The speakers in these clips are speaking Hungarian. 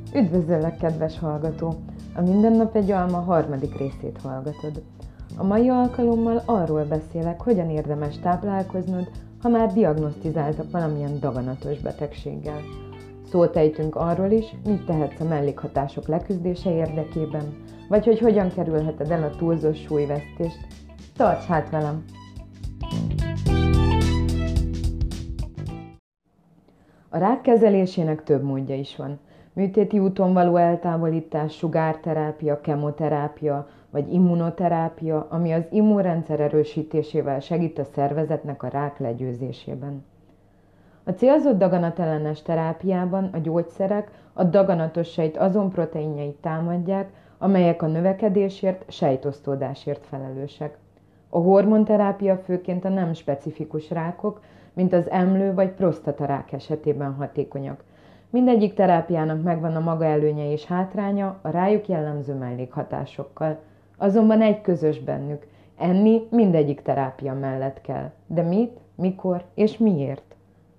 Üdvözöllek, kedves hallgató! A Minden nap egy alma harmadik részét hallgatod. A mai alkalommal arról beszélek, hogyan érdemes táplálkoznod, ha már diagnosztizáltak valamilyen daganatos betegséggel. Szót ejtünk arról is, mit tehetsz a mellékhatások leküzdése érdekében, vagy hogy hogyan kerülheted el a túlzós súlyvesztést. Tarts hát velem! A rák kezelésének több módja is van. Műtéti úton való eltávolítás, sugárterápia, kemoterápia vagy immunoterápia, ami az immunrendszer erősítésével segít a szervezetnek a rák legyőzésében. A célzott daganatellenes terápiában a gyógyszerek a daganatos sejt azon proteinjait támadják, amelyek a növekedésért, sejtosztódásért felelősek. A hormonterápia főként a nem specifikus rákok, mint az emlő vagy prosztatarák esetében hatékonyak. Mindegyik terápiának megvan a maga előnye és hátránya a rájuk jellemző mellékhatásokkal. Azonban egy közös bennük, enni mindegyik terápia mellett kell. De mit, mikor és miért?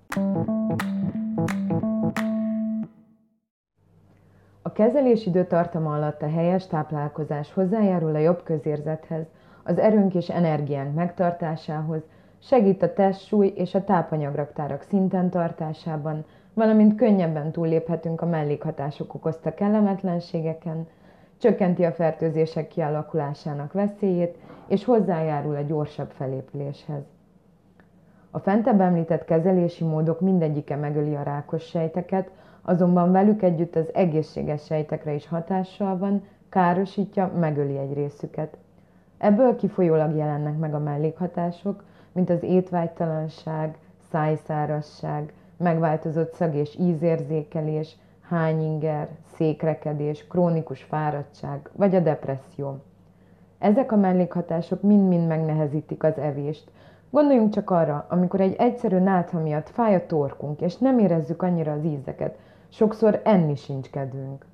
A kezelés időtartama alatt a helyes táplálkozás hozzájárul a jobb közérzethez, az erőnk és energiánk megtartásához, segít a testsúly és a tápanyagraktárak szinten tartásában, valamint könnyebben túlléphetünk a mellékhatások okozta kellemetlenségeken, csökkenti a fertőzések kialakulásának veszélyét, és hozzájárul a gyorsabb felépüléshez. A fentebb említett kezelési módok mindegyike megöli a rákos sejteket, azonban velük együtt az egészséges sejtekre is hatással van, károsítja, megöli egy részüket. Ebből kifolyólag jelennek meg a mellékhatások, mint az étvágytalanság, szájszárazság, megváltozott szag- és ízérzékelés, hányinger, székrekedés, krónikus fáradtság vagy a depresszió. Ezek a mellékhatások mind-mind megnehezítik az evést. Gondoljunk csak arra, amikor egy egyszerű nátha miatt fáj a torkunk, és nem érezzük annyira az ízeket, sokszor enni sincs kedvünk.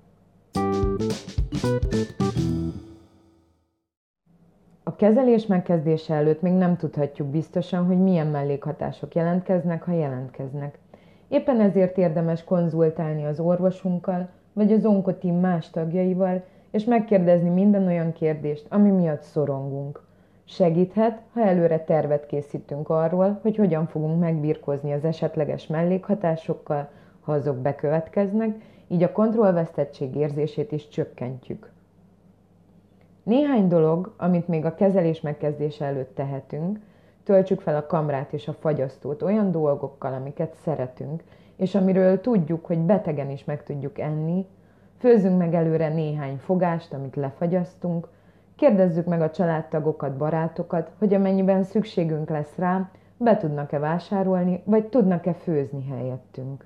A kezelés megkezdése előtt még nem tudhatjuk biztosan, hogy milyen mellékhatások jelentkeznek, ha jelentkeznek. Éppen ezért érdemes konzultálni az orvosunkkal, vagy az onkoteam más tagjaival, és megkérdezni minden olyan kérdést, ami miatt szorongunk. Segíthet, ha előre tervet készítünk arról, hogy hogyan fogunk megbirkózni az esetleges mellékhatásokkal, ha azok bekövetkeznek, így a kontrollvesztettség érzését is csökkentjük. Néhány dolog, amit még a kezelés megkezdése előtt tehetünk, töltsük fel a kamrát és a fagyasztót olyan dolgokkal, amiket szeretünk, és amiről tudjuk, hogy betegen is meg tudjuk enni, főzzünk meg előre néhány fogást, amit lefagyasztunk, kérdezzük meg a családtagokat, barátokat, hogy amennyiben szükségünk lesz rá, be tudnak-e vásárolni, vagy tudnak-e főzni helyettünk.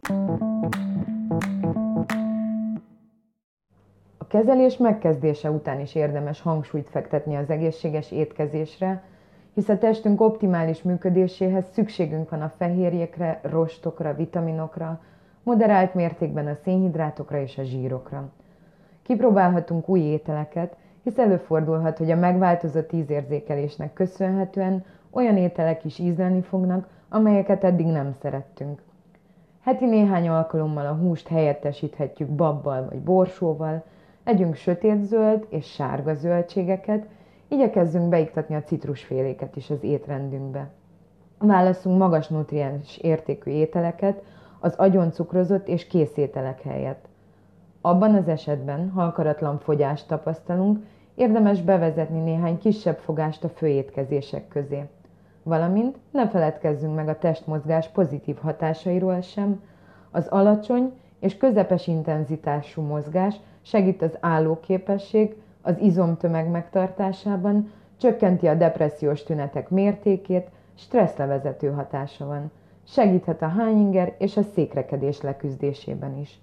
A kezelés megkezdése után is érdemes hangsúlyt fektetni az egészséges étkezésre, hisz a testünk optimális működéséhez szükségünk van a fehérjékre, rostokra, vitaminokra, moderált mértékben a szénhidrátokra és a zsírokra. Kipróbálhatunk új ételeket, hisz előfordulhat, hogy a megváltozott ízérzékelésnek köszönhetően olyan ételek is ízleni fognak, amelyeket eddig nem szerettünk. Heti néhány alkalommal a húst helyettesíthetjük babbal vagy borsóval, együnk sötétzöld és sárga zöldségeket, igyekezzünk beiktatni a citrusféléket is az étrendünkbe. Válasszunk magas nutriens értékű ételeket az agyon cukrozott és készételek helyett. Abban az esetben, ha akaratlan fogyást tapasztalunk, érdemes bevezetni néhány kisebb fogást a főétkezések közé. Valamint ne feledkezzünk meg a testmozgás pozitív hatásairól sem, az alacsony és közepes intenzitású mozgás segít az állóképesség, az izomtömeg megtartásában, csökkenti a depressziós tünetek mértékét, stresszlevezető hatása van. Segíthet a hányinger és a székrekedés leküzdésében is.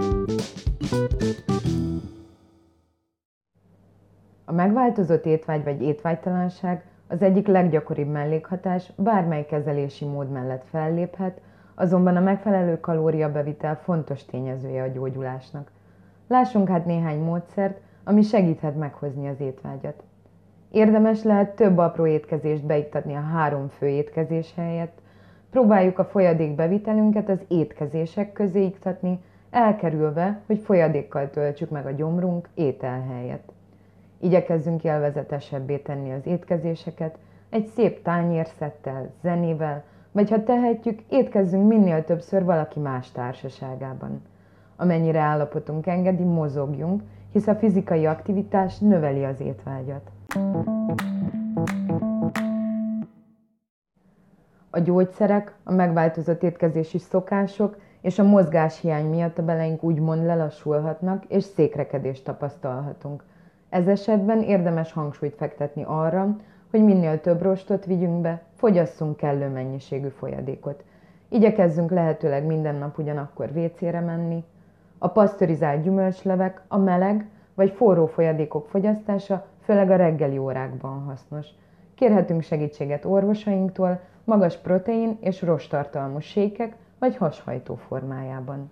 A megváltozott étvágy vagy étvágytalanság az egyik leggyakoribb mellékhatás, bármely kezelési mód mellett felléphet, azonban a megfelelő kalóriabevitel fontos tényezője a gyógyulásnak. Lássunk hát néhány módszert, ami segíthet meghozni az étvágyat. Érdemes lehet több apró étkezést beiktatni a 3 fő étkezés helyett, próbáljuk a folyadékbevitelünket az étkezések közé iktatni, elkerülve, hogy folyadékkal töltsük meg a gyomrunk étel helyett. Igyekezzünk élvezetesebbé tenni az étkezéseket, egy szép tányérszettel, zenével, vagy ha tehetjük, étkezzünk minél többször valaki más társaságában. Amennyire állapotunk engedi, mozogjunk, hisz a fizikai aktivitás növeli az étvágyat. A gyógyszerek, a megváltozott étkezési szokások és a mozgáshiány miatt a beleink úgymond lelassulhatnak, és székrekedést tapasztalhatunk. Ez esetben érdemes hangsúlyt fektetni arra, hogy minél több rostot vigyünk be, fogyasszunk kellő mennyiségű folyadékot. Igyekezzünk lehetőleg minden nap ugyanakkor vécére menni. A pasztörizált gyümölcslevek, a meleg vagy forró folyadékok fogyasztása főleg a reggeli órákban hasznos. Kérhetünk segítséget orvosainktól, magas protein és rosttartalmú sékek vagy hashajtó formájában.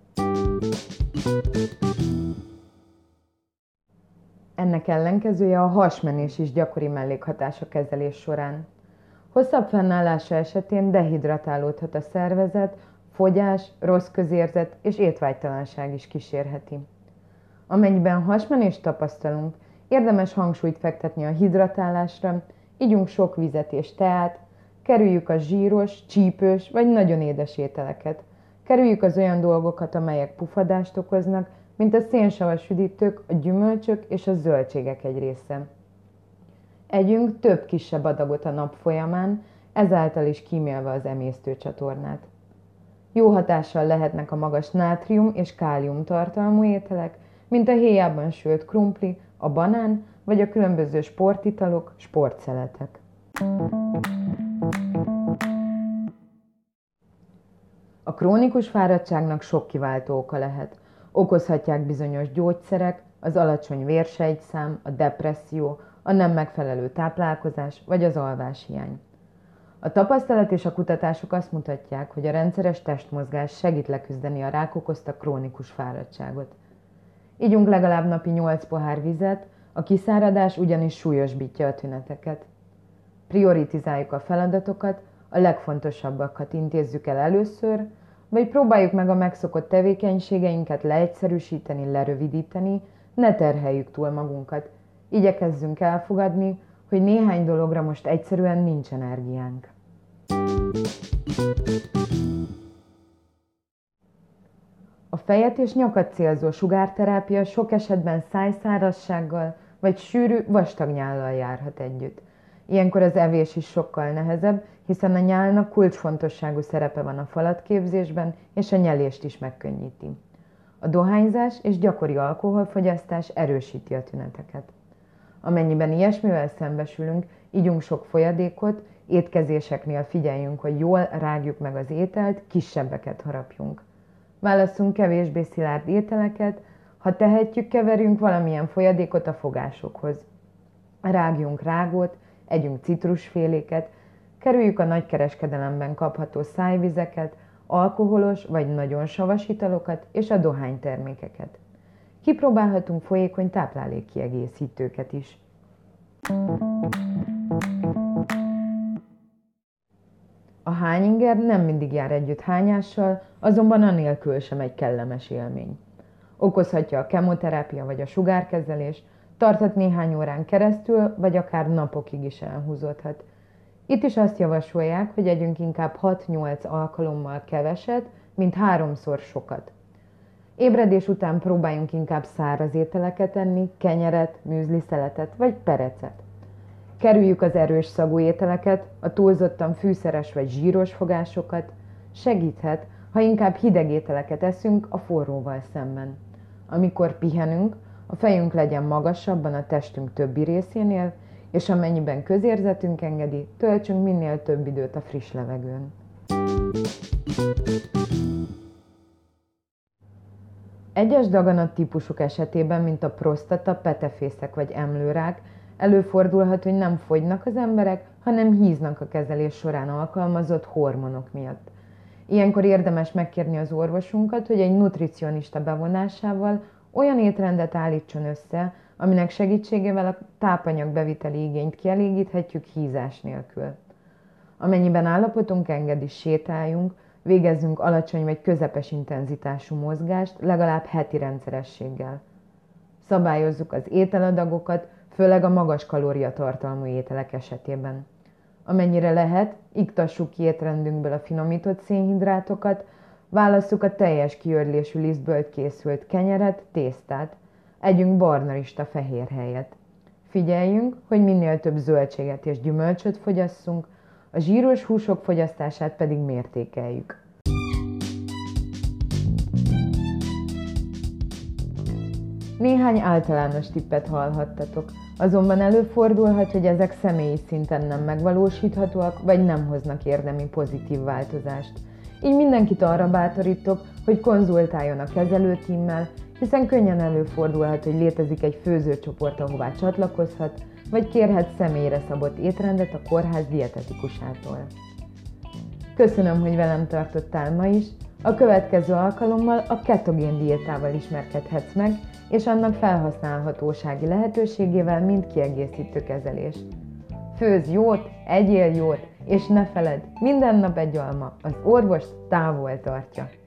Ennek ellenkezője a hasmenés is gyakori mellékhatás a kezelés során. Hosszabb fennállása esetén dehidratálódhat a szervezet, fogyás, rossz közérzet és étvágytalanság is kísérheti. Amennyiben hasmenést tapasztalunk, érdemes hangsúlyt fektetni a hidratálásra, igyunk sok vizet és teát, kerüljük a zsíros, csípős vagy nagyon édes ételeket. Kerüljük az olyan dolgokat, amelyek pufadást okoznak, mint a szénsavas üdítők, a gyümölcsök és a zöldségek egy része. Együnk több kisebb adagot a nap folyamán, ezáltal is kímélve az emésztőcsatornát. Jó hatással lehetnek a magas nátrium és kálium tartalmú ételek, mint a héjában sült krumpli, a banán vagy a különböző sportitalok, sportszeletek. A krónikus fáradtságnak sok kiváltó oka lehet. Okozhatják bizonyos gyógyszerek, az alacsony vérsejtszám, a depresszió, a nem megfelelő táplálkozás vagy az alváshiány. A tapasztalat és a kutatások azt mutatják, hogy a rendszeres testmozgás segít leküzdeni a rák okozta krónikus fáradtságot. Igyunk legalább napi 8 pohár vizet, a kiszáradás ugyanis súlyosbítja a tüneteket. Prioritizáljuk a feladatokat, a legfontosabbakat intézzük el először, vagy próbáljuk meg a megszokott tevékenységeinket leegyszerűsíteni, lerövidíteni, ne terheljük túl magunkat. Igyekezzünk elfogadni, hogy néhány dologra most egyszerűen nincs energiánk. A fejet és nyakat célzó sugárterápia sok esetben szájszárazsággal vagy sűrű, vastag nyállal járhat együtt. Ilyenkor az evés is sokkal nehezebb, hiszen a nyálnak kulcsfontosságú szerepe van a falatképzésben, és a nyelést is megkönnyíti. A dohányzás és gyakori alkoholfogyasztás erősíti a tüneteket. Amennyiben ilyesmivel szembesülünk, igyunk sok folyadékot, étkezéseknél figyeljünk, hogy jól rágjuk meg az ételt, kisebbeket harapjunk. Válasszunk kevésbé szilárd ételeket, ha tehetjük, keverjünk valamilyen folyadékot a fogásokhoz. Rágjunk rágót, együnk citrusféléket, kerüljük a nagykereskedelemben kapható szájvizeket, alkoholos vagy nagyon savas italokat és a dohánytermékeket. Kipróbálhatunk folyékony táplálékkiegészítőket is. A hányinger nem mindig jár együtt hányással, azonban anélkül sem egy kellemes élmény. Okozhatja a kemoterápia vagy a sugárkezelés, tarthat néhány órán keresztül, vagy akár napokig is elhúzódhat. Itt is azt javasolják, hogy együnk inkább 6-8 alkalommal keveset, mint 3-szor sokat. Ébredés után próbáljunk inkább száraz ételeket enni, kenyeret, műzliszeletet vagy perecet. Kerüljük az erős szagú ételeket, a túlzottan fűszeres vagy zsíros fogásokat. Segíthet, ha inkább hideg ételeket eszünk a forróval szemben. Amikor pihenünk, a fejünk legyen magasabban a testünk többi részénél, és amennyiben közérzetünk engedi, töltsünk minél több időt a friss levegőn. Egyes daganattípusok esetében, mint a prostata, petefészek vagy emlőrák, előfordulhat, hogy nem fogynak az emberek, hanem híznak a kezelés során alkalmazott hormonok miatt. Ilyenkor érdemes megkérni az orvosunkat, hogy egy nutricionista bevonásával olyan étrendet állítson össze, aminek segítségével a tápanyagbeviteli igényt kielégíthetjük hízás nélkül. Amennyiben állapotunk engedi, sétáljunk, Végezzünk alacsony vagy közepes intenzitású mozgást, legalább heti rendszerességgel. Szabályozzuk az ételadagokat, főleg a magas kalóriatartalmú ételek esetében. Amennyire lehet, iktassuk ki étrendünkből a finomított szénhidrátokat, válasszuk a teljes kiörlésű lisztből készült kenyeret, tésztát, együnk barnarista fehér helyett. Figyeljünk, hogy minél több zöldséget és gyümölcsöt fogyasszunk, a zsíros húsok fogyasztását pedig mértékeljük. Néhány általános tippet hallhattatok, azonban előfordulhat, hogy ezek személyi szinten nem megvalósíthatóak, vagy nem hoznak érdemi pozitív változást. Így mindenkit arra bátorítok, hogy konzultáljon a kezelőtímmel, hiszen könnyen előfordulhat, hogy létezik egy főzőcsoport, ahová csatlakozhat, vagy kérhet személyre szabott étrendet a kórház dietetikusától. Köszönöm, hogy velem tartottál ma is, a következő alkalommal a ketogén diétával ismerkedhetsz meg, és annak felhasználhatósági lehetőségével, mint kiegészítő kezelés. Főzz jót, egyél jót, és ne feledd, minden nap egy alma, az orvost távol tartja.